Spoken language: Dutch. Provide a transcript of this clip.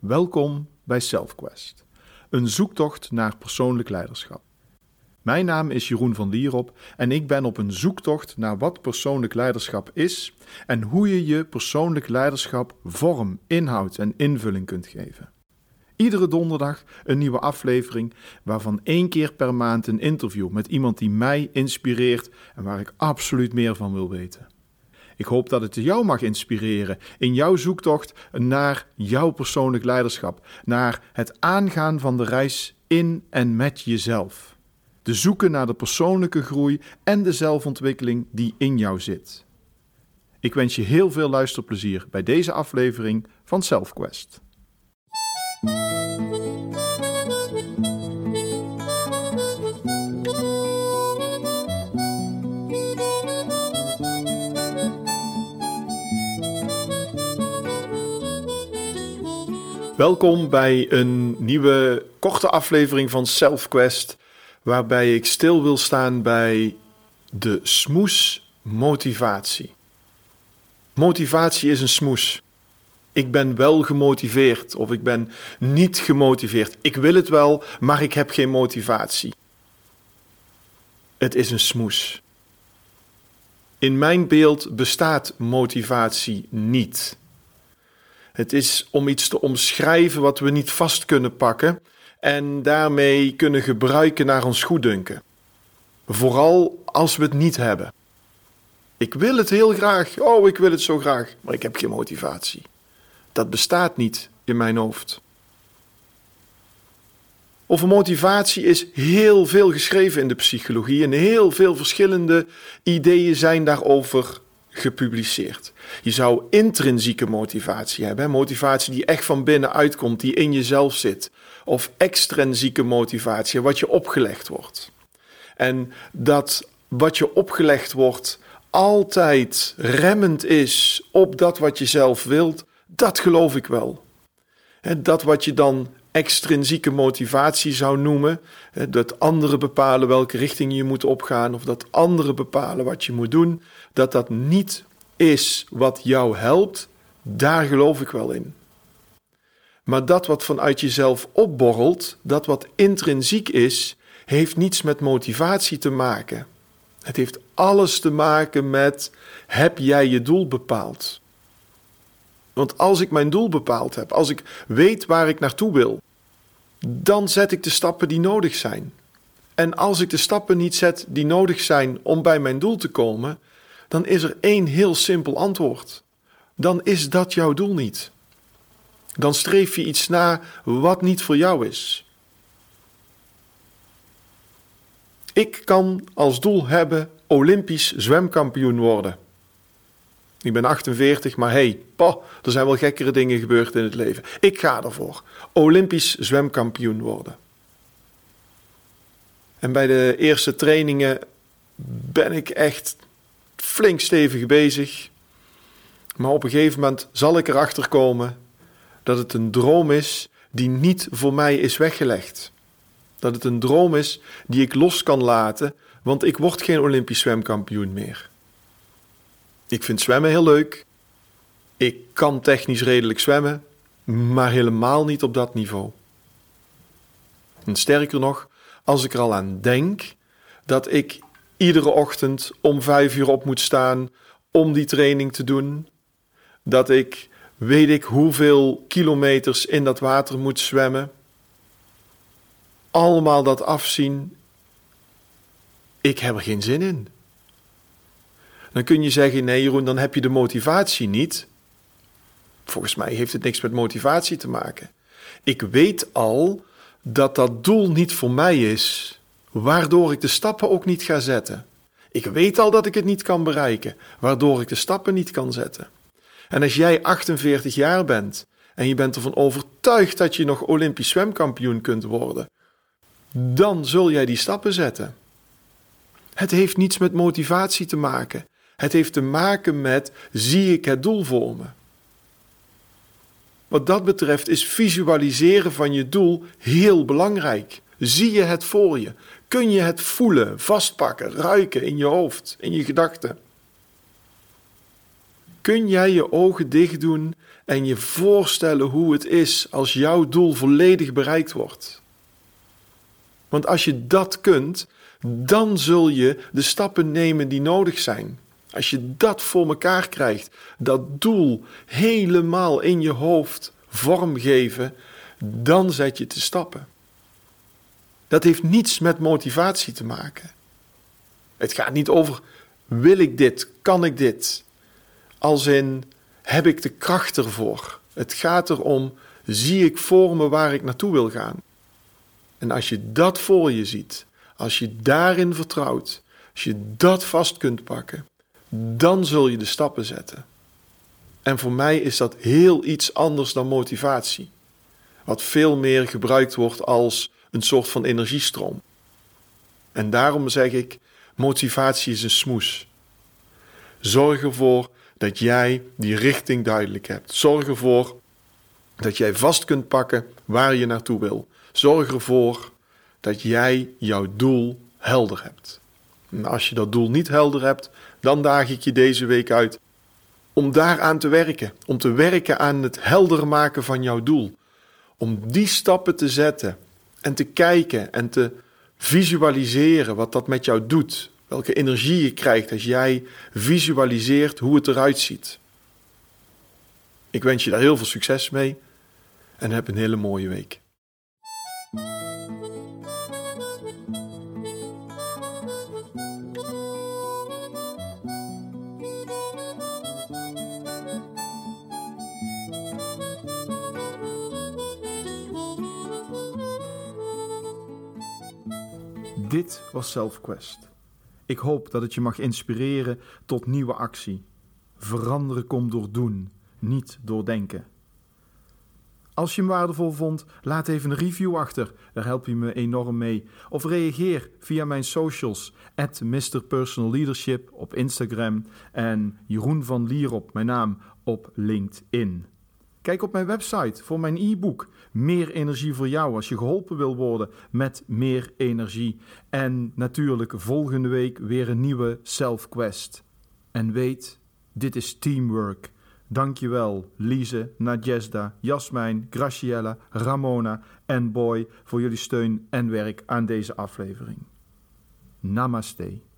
Welkom bij SelfQuest, een zoektocht naar persoonlijk leiderschap. Mijn naam is Jeroen van Lierop en ik ben op een zoektocht naar wat persoonlijk leiderschap is en hoe je je persoonlijk leiderschap vorm, inhoud en invulling kunt geven. Iedere donderdag een nieuwe aflevering, waarvan 1 keer per maand een interview met iemand die mij inspireert en waar ik absoluut meer van wil weten. Ik hoop dat het jou mag inspireren in jouw zoektocht naar jouw persoonlijk leiderschap, naar het aangaan van de reis in en met jezelf. Te zoeken naar de persoonlijke groei en de zelfontwikkeling die in jou zit. Ik wens je heel veel luisterplezier bij deze aflevering van SelfQuest. Welkom bij een nieuwe korte aflevering van SelfQuest, waarbij ik stil wil staan bij de smoes motivatie. Motivatie is een smoes. Ik ben wel gemotiveerd of ik ben niet gemotiveerd. Ik wil het wel, maar ik heb geen motivatie. Het is een smoes. In mijn beeld bestaat motivatie niet. Het is om iets te omschrijven wat we niet vast kunnen pakken en daarmee kunnen gebruiken naar ons goeddunken. Vooral als we het niet hebben. Ik wil het heel graag, ik wil het zo graag, maar ik heb geen motivatie. Dat bestaat niet in mijn hoofd. Over motivatie is heel veel geschreven in de psychologie en heel veel verschillende ideeën zijn daarover gepubliceerd. Je zou intrinsieke motivatie hebben, motivatie die echt van binnenuit komt, die in jezelf zit. Of extrinsieke motivatie, wat je opgelegd wordt. En dat wat je opgelegd wordt altijd remmend is op dat wat je zelf wilt, dat geloof ik wel. En dat wat je dan extrinsieke motivatie zou noemen, dat anderen bepalen welke richting je moet opgaan of dat anderen bepalen wat je moet doen, dat niet is wat jou helpt, daar geloof ik wel in. Maar dat wat vanuit jezelf opborrelt, dat wat intrinsiek is, heeft niets met motivatie te maken. Het heeft alles te maken met, heb jij je doel bepaald? Want als ik mijn doel bepaald heb, als ik weet waar ik naartoe wil, dan zet ik de stappen die nodig zijn. En als ik de stappen niet zet die nodig zijn om bij mijn doel te komen, dan is er 1 heel simpel antwoord. Dan is dat jouw doel niet. Dan streef je iets na wat niet voor jou is. Ik kan als doel hebben Olympisch zwemkampioen worden. Ik ben 48, maar er zijn wel gekkere dingen gebeurd in het leven. Ik ga ervoor. Olympisch zwemkampioen worden. En bij de eerste trainingen ben ik echt flink stevig bezig. Maar op een gegeven moment zal ik erachter komen dat het een droom is die niet voor mij is weggelegd. Dat het een droom is die ik los kan laten, want ik word geen Olympisch zwemkampioen meer. Ik vind zwemmen heel leuk. Ik kan technisch redelijk zwemmen, maar helemaal niet op dat niveau. En sterker nog, als ik er al aan denk dat ik iedere ochtend om 5 uur op moet staan om die training te doen, dat ik weet ik hoeveel kilometers in dat water moet zwemmen, allemaal dat afzien, ik heb er geen zin in. Dan kun je zeggen, nee Jeroen, dan heb je de motivatie niet. Volgens mij heeft het niks met motivatie te maken. Ik weet al dat dat doel niet voor mij is, waardoor ik de stappen ook niet ga zetten. Ik weet al dat ik het niet kan bereiken, waardoor ik de stappen niet kan zetten. En als jij 48 jaar bent en je bent ervan overtuigd dat je nog Olympisch zwemkampioen kunt worden, dan zul jij die stappen zetten. Het heeft niets met motivatie te maken. Het heeft te maken met, zie ik het doel voor me? Wat dat betreft is visualiseren van je doel heel belangrijk. Zie je het voor je? Kun je het voelen, vastpakken, ruiken in je hoofd, in je gedachten? Kun jij je ogen dicht doen en je voorstellen hoe het is als jouw doel volledig bereikt wordt? Want als je dat kunt, dan zul je de stappen nemen die nodig zijn. Als je dat voor elkaar krijgt, dat doel helemaal in je hoofd vormgeven, dan zet je te stappen. Dat heeft niets met motivatie te maken. Het gaat niet over, wil ik dit, kan ik dit? Als in, heb ik de kracht ervoor? Het gaat erom, zie ik voor me waar ik naartoe wil gaan? En als je dat voor je ziet, als je daarin vertrouwt, als je dat vast kunt pakken, dan zul je de stappen zetten. En voor mij is dat heel iets anders dan motivatie. Wat veel meer gebruikt wordt als een soort van energiestroom. En daarom zeg ik, motivatie is een smoes. Zorg ervoor dat jij die richting duidelijk hebt. Zorg ervoor dat jij vast kunt pakken waar je naartoe wil. Zorg ervoor dat jij jouw doel helder hebt. En als je dat doel niet helder hebt, dan daag ik je deze week uit om daaraan te werken. Om te werken aan het helder maken van jouw doel. Om die stappen te zetten en te kijken en te visualiseren wat dat met jou doet. Welke energie je krijgt als jij visualiseert hoe het eruit ziet. Ik wens je daar heel veel succes mee en heb een hele mooie week. Dit was SelfQuest. Ik hoop dat het je mag inspireren tot nieuwe actie. Veranderen komt door doen, niet door denken. Als je hem waardevol vond, laat even een review achter. Daar help je me enorm mee. Of reageer via mijn socials, @MrPersonalLeadership op Instagram en Jeroen van Lierop, mijn naam, op LinkedIn. Kijk op mijn website voor mijn e-book Meer energie voor jou als je geholpen wil worden met meer energie. En natuurlijk volgende week weer een nieuwe SelfQuest. En weet, dit is teamwork. Dankjewel Lise, Nadjezda, Jasmijn, Graciela, Ramona en Boy voor jullie steun en werk aan deze aflevering. Namaste.